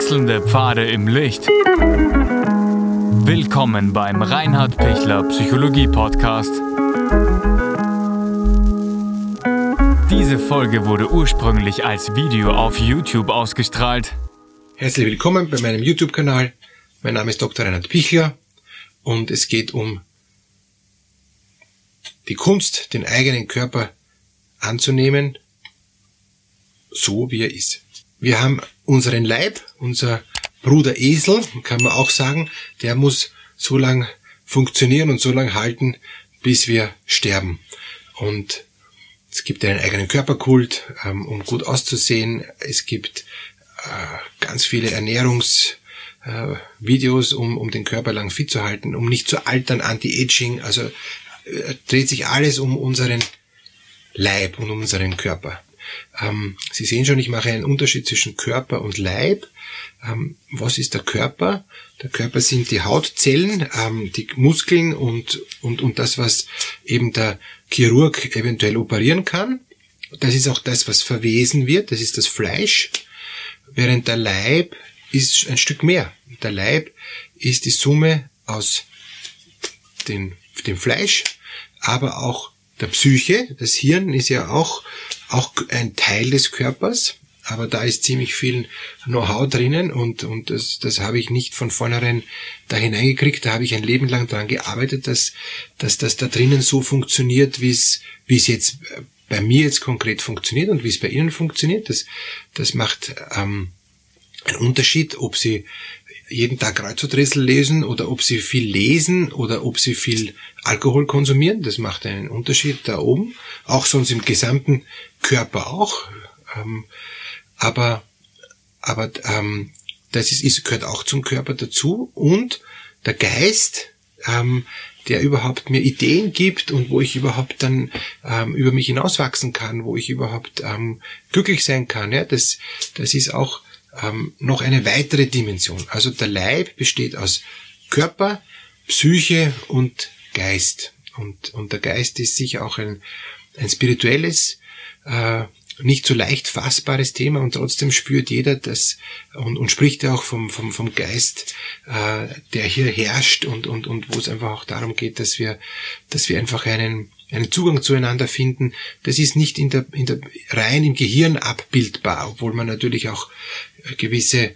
Wechselnde Pfade im Licht. Willkommen beim Reinhard Pichler Psychologie Podcast. Diese Folge wurde ursprünglich als Video auf YouTube ausgestrahlt. Herzlich willkommen bei meinem YouTube-Kanal. Mein Name ist Dr. Reinhard Pichler und es geht um die Kunst, den eigenen Körper anzunehmen, so wie er ist. Wir haben unseren Leib, unser Bruder Esel, kann man auch sagen, der muss so lang funktionieren und so lang halten, bis wir sterben. Und es gibt einen eigenen Körperkult, um gut auszusehen. Es gibt ganz viele Ernährungsvideos, um den Körper lang fit zu halten, um nicht zu altern, Anti-Aging. Also dreht sich alles um unseren Leib und um unseren Körper. Sie sehen schon, ich mache einen Unterschied zwischen Körper und Leib. Was ist der Körper? Der Körper sind die Hautzellen, die Muskeln und das, was eben der Chirurg eventuell operieren kann. Das ist auch das, was verwesen wird, das ist das Fleisch. Während der Leib ist ein Stück mehr. Der Leib ist die Summe aus dem Fleisch, aber auch der Psyche. Das Hirn ist ja auch ein Teil des Körpers, aber da ist ziemlich viel Know-how drinnen und das habe ich nicht von vornherein da hineingekriegt. Da habe ich ein Leben lang daran gearbeitet, dass das da drinnen so funktioniert, wie es jetzt bei mir jetzt konkret funktioniert und wie es bei Ihnen funktioniert. Das macht einen Unterschied, ob Sie jeden Tag Kreuzworträtsel lesen oder ob Sie viel lesen oder ob Sie viel Alkohol konsumieren. Das macht einen Unterschied da oben. Auch sonst im gesamten Körper auch. Aber das gehört auch zum Körper dazu. Und der Geist, der überhaupt mir Ideen gibt und wo ich überhaupt dann über mich hinauswachsen kann, wo ich überhaupt glücklich sein kann. Ja, das ist auch noch eine weitere Dimension. Also der Leib besteht aus Körper, Psyche und Geist. Und der Geist ist sicher auch ein spirituelles, nicht so leicht fassbares Thema und trotzdem spürt jeder das und spricht ja auch vom Geist, der hier herrscht und wo es einfach auch darum geht, dass wir einfach einen Zugang zueinander finden. Das ist nicht rein im Gehirn abbildbar, obwohl man natürlich auch gewisse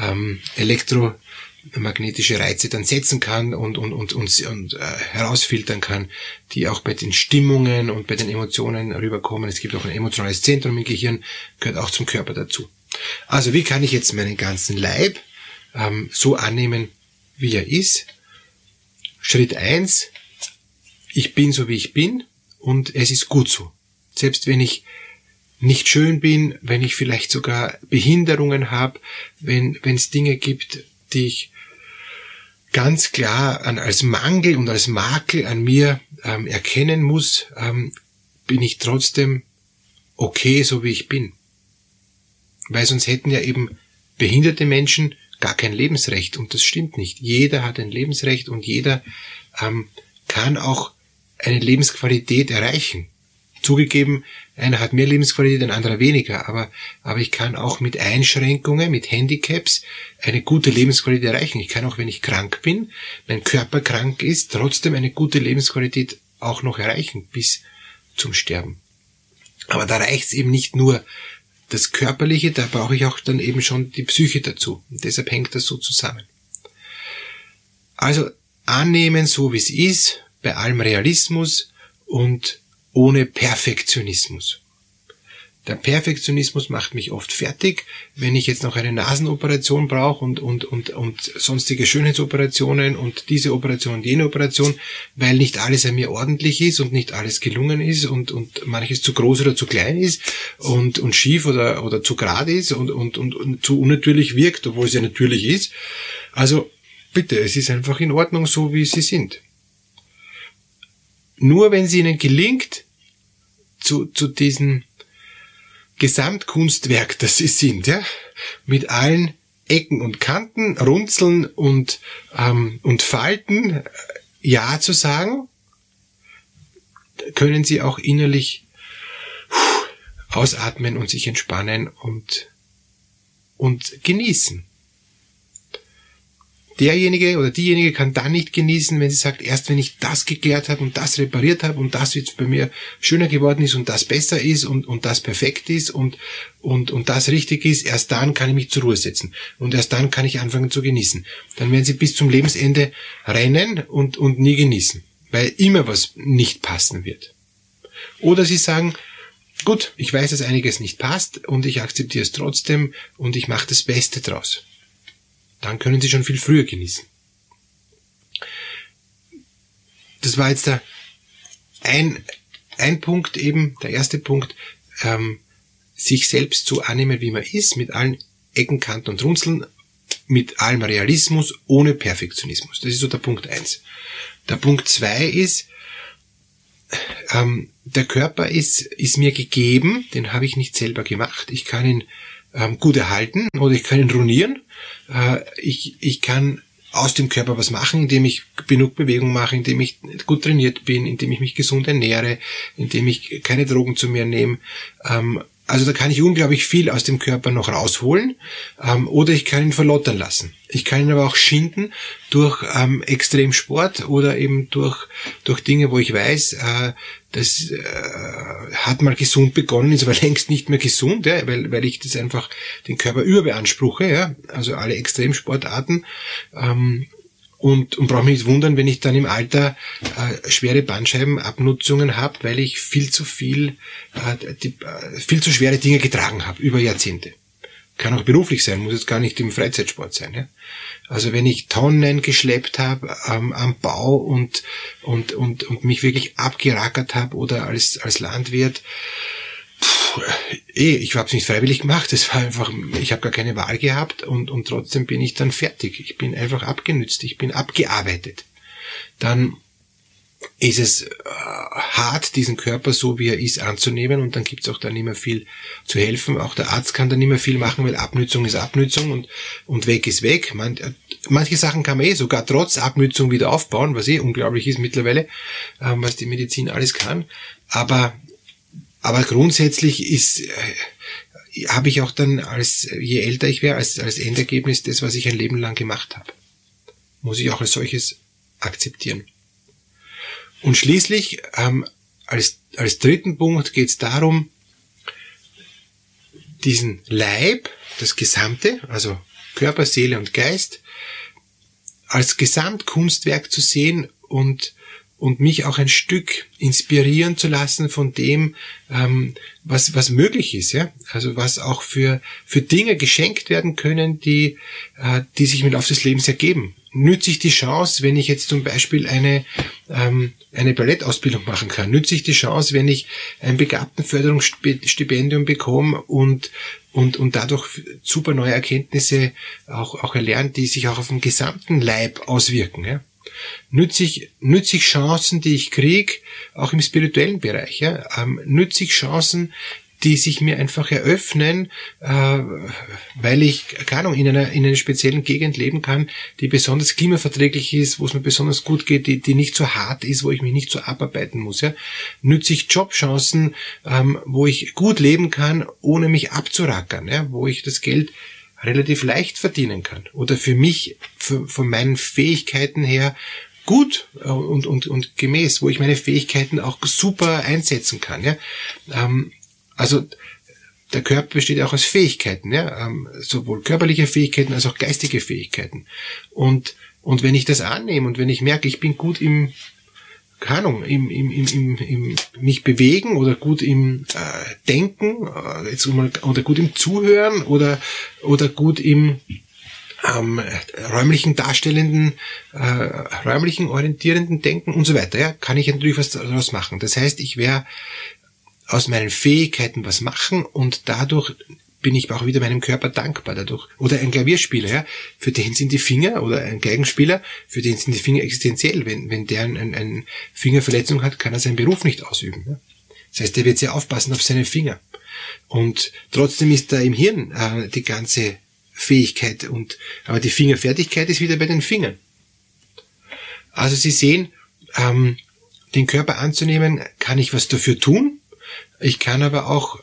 elektromagnetische Reize dann setzen kann und herausfiltern kann, die auch bei den Stimmungen und bei den Emotionen rüberkommen. Es gibt auch ein emotionales Zentrum im Gehirn, gehört auch zum Körper dazu. Also wie kann ich jetzt meinen ganzen Leib so annehmen, wie er ist? Schritt 1, ich bin so, wie ich bin und es ist gut so. Selbst wenn ich nicht schön bin, wenn ich vielleicht sogar Behinderungen habe, wenn es Dinge gibt, die ich ganz klar als Mangel und als Makel an mir erkennen muss, bin ich trotzdem okay, so wie ich bin. Weil sonst hätten ja eben behinderte Menschen gar kein Lebensrecht und das stimmt nicht. Jeder hat ein Lebensrecht und jeder kann auch eine Lebensqualität erreichen. Zugegeben, einer hat mehr Lebensqualität, ein anderer weniger, aber ich kann auch mit Einschränkungen, mit Handicaps eine gute Lebensqualität erreichen. Ich kann auch, wenn ich krank bin, mein Körper krank ist, trotzdem eine gute Lebensqualität auch noch erreichen, bis zum Sterben. Aber da reicht es eben nicht nur das Körperliche, da brauche ich auch dann eben schon die Psyche dazu. Und deshalb hängt das so zusammen. Also annehmen, so wie es ist, bei allem Realismus und ohne Perfektionismus. Der Perfektionismus macht mich oft fertig, wenn ich jetzt noch eine Nasenoperation brauche und sonstige Schönheitsoperationen und diese Operation und jene Operation, weil nicht alles an mir ordentlich ist und nicht alles gelungen ist und manches zu groß oder zu klein ist und schief oder zu gerade ist und zu unnatürlich wirkt, obwohl es ja natürlich ist. Also bitte, es ist einfach in Ordnung, so wie sie sind. Nur wenn es ihnen gelingt, zu diesem Gesamtkunstwerk, das sie sind, ja, mit allen Ecken und Kanten, Runzeln und Falten Ja zu sagen, können sie auch innerlich ausatmen und sich entspannen und genießen. derjenige oder diejenige kann dann nicht genießen, wenn sie sagt, erst wenn ich das geklärt habe und das repariert habe und das jetzt bei mir schöner geworden ist und das besser ist und das perfekt ist und das richtig ist, erst dann kann ich mich zur Ruhe setzen und erst dann kann ich anfangen zu genießen. Dann werden sie bis zum Lebensende rennen und nie genießen, weil immer was nicht passen wird. Oder sie sagen, gut, ich weiß, dass einiges nicht passt und ich akzeptiere es trotzdem und ich mache das Beste draus. Dann können sie schon viel früher genießen. Das war jetzt ein Punkt eben, der erste Punkt, sich selbst so annehmen, wie man ist, mit allen Ecken, Kanten und Runzeln, mit allem Realismus, ohne Perfektionismus. Das ist so der Punkt 1. Der Punkt 2 ist, der Körper ist mir gegeben, den habe ich nicht selber gemacht. Ich kann ihn gut erhalten oder ich kann ihn ruinieren. Ich kann aus dem Körper was machen, indem ich genug Bewegung mache, indem ich gut trainiert bin, indem ich mich gesund ernähre, indem ich keine Drogen zu mir nehme. Also da kann ich unglaublich viel aus dem Körper noch rausholen, oder ich kann ihn verlottern lassen. Ich kann ihn aber auch schinden durch Extremsport oder eben durch Dinge, wo ich weiß, das hat mal gesund begonnen, ist aber längst nicht mehr gesund, ja, weil ich das einfach den Körper überbeanspruche, ja, also alle Extremsportarten. Und brauche mich nicht wundern, wenn ich dann im Alter schwere Bandscheibenabnutzungen habe, weil ich viel zu schwere Dinge getragen habe über Jahrzehnte. Kann auch beruflich sein, muss jetzt gar nicht im Freizeitsport sein. Ja? Also wenn ich Tonnen geschleppt habe am Bau und mich wirklich abgerackert habe oder als Landwirt, ich habe es nicht freiwillig gemacht, es war einfach, ich habe gar keine Wahl gehabt und trotzdem bin ich dann fertig. Ich bin einfach abgenützt, ich bin abgearbeitet. Dann ist es hart, diesen Körper so wie er ist anzunehmen und dann gibt's auch da nicht mehr viel zu helfen. Auch der Arzt kann da nicht mehr viel machen, weil Abnützung ist Abnützung und weg ist weg. Manche Sachen kann man sogar trotz Abnützung wieder aufbauen, was unglaublich ist mittlerweile, was die Medizin alles kann. Aber grundsätzlich habe ich auch dann, je älter ich wäre, als Endergebnis das, was ich ein Leben lang gemacht habe. Muss ich auch als solches akzeptieren. Und schließlich, als dritten Punkt geht es darum, diesen Leib, das Gesamte, also Körper, Seele und Geist, als Gesamtkunstwerk zu sehen und mich auch ein Stück inspirieren zu lassen von dem, was möglich ist, ja, also was auch für Dinge geschenkt werden können, die sich im Laufe des Lebens ergeben. Nütze ich die Chance, wenn ich jetzt zum Beispiel eine Ballettausbildung machen kann? Nütze ich die Chance, wenn ich ein Begabtenförderungsstipendium bekomme und dadurch super neue Erkenntnisse auch erlernen, die sich auch auf den gesamten Leib auswirken, ja? Nütze ich Chancen, die ich kriege, auch im spirituellen Bereich, ja? Nütze ich Chancen, die sich mir einfach eröffnen, weil ich, keine Ahnung, in einer speziellen Gegend leben kann, die besonders klimaverträglich ist, wo es mir besonders gut geht, die nicht so hart ist, wo ich mich nicht so abarbeiten muss. Ja? Nütze ich Jobchancen, wo ich gut leben kann, ohne mich abzurackern, ja? Wo ich das Geld relativ leicht verdienen kann oder für mich, von meinen Fähigkeiten her gut und gemäß, wo ich meine Fähigkeiten auch super einsetzen kann. Ja? Also der Körper besteht auch aus Fähigkeiten, ja, sowohl körperliche Fähigkeiten als auch geistige Fähigkeiten. Und wenn ich das annehme und wenn ich merke, ich bin gut im mich bewegen oder gut im Denken, oder gut im Zuhören oder gut im räumlichen darstellenden, räumlichen orientierenden Denken und so weiter, ja, kann ich natürlich was daraus machen. Das heißt, ich werde aus meinen Fähigkeiten was machen und dadurch bin ich auch wieder meinem Körper dankbar dadurch. Oder ein Klavierspieler, ja, für den sind die Finger, oder ein Geigenspieler, für den sind die Finger existenziell. Wenn der eine Fingerverletzung hat, kann er seinen Beruf nicht ausüben. Ja. Das heißt, der wird sehr aufpassen auf seine Finger. Und trotzdem ist da im Hirn die ganze Fähigkeit aber die Fingerfertigkeit ist wieder bei den Fingern. Also Sie sehen, den Körper anzunehmen, kann ich was dafür tun. Ich kann aber auch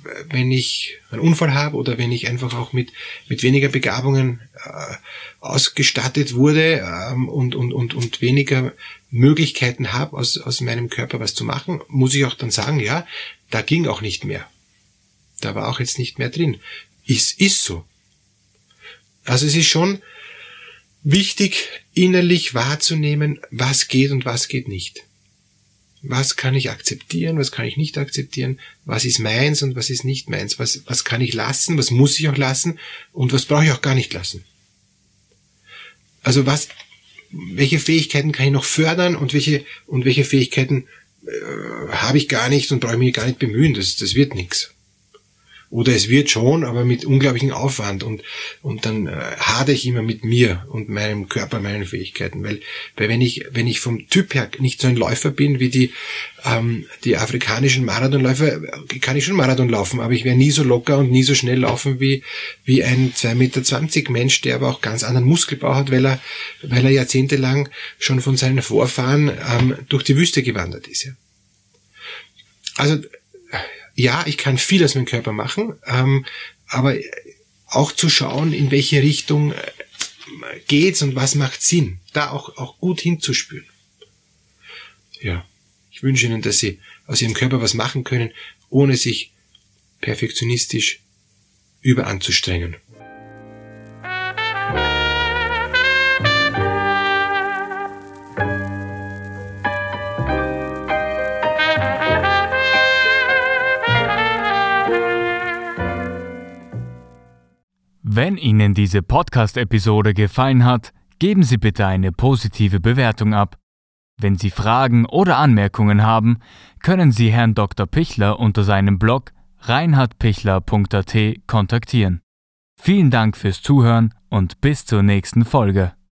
wenn ich einen Unfall habe oder wenn ich einfach auch mit weniger Begabungen ausgestattet wurde und weniger Möglichkeiten habe, aus meinem Körper was zu machen, muss ich auch dann sagen, ja, da ging auch nicht mehr. Da war auch jetzt nicht mehr drin. Ist so. Also es ist schon wichtig, innerlich wahrzunehmen, was geht und was geht nicht. Was kann ich akzeptieren, was kann ich nicht akzeptieren, was ist meins und was ist nicht meins, was kann ich lassen, was muss ich auch lassen und was brauche ich auch gar nicht lassen. Also welche Fähigkeiten kann ich noch fördern und welche Fähigkeiten habe ich gar nicht und brauche ich mich gar nicht bemühen, das wird nichts. Oder es wird schon, aber mit unglaublichem Aufwand und dann hadere ich immer mit mir und meinem Körper, meinen Fähigkeiten, weil wenn ich vom Typ her nicht so ein Läufer bin wie die afrikanischen Marathonläufer, kann ich schon Marathon laufen, aber ich werde nie so locker und nie so schnell laufen wie ein 2,20 Meter Mensch, der aber auch ganz anderen Muskelbau hat, weil er jahrzehntelang schon von seinen Vorfahren durch die Wüste gewandert ist. Ja. Also ja, ich kann viel aus meinem Körper machen, aber auch zu schauen, in welche Richtung geht's und was macht Sinn, da auch gut hinzuspüren. Ja, ich wünsche Ihnen, dass Sie aus Ihrem Körper was machen können, ohne sich perfektionistisch überanzustrengen. Wenn Ihnen diese Podcast-Episode gefallen hat, geben Sie bitte eine positive Bewertung ab. Wenn Sie Fragen oder Anmerkungen haben, können Sie Herrn Dr. Pichler unter seinem Blog reinhardpichler.at kontaktieren. Vielen Dank fürs Zuhören und bis zur nächsten Folge.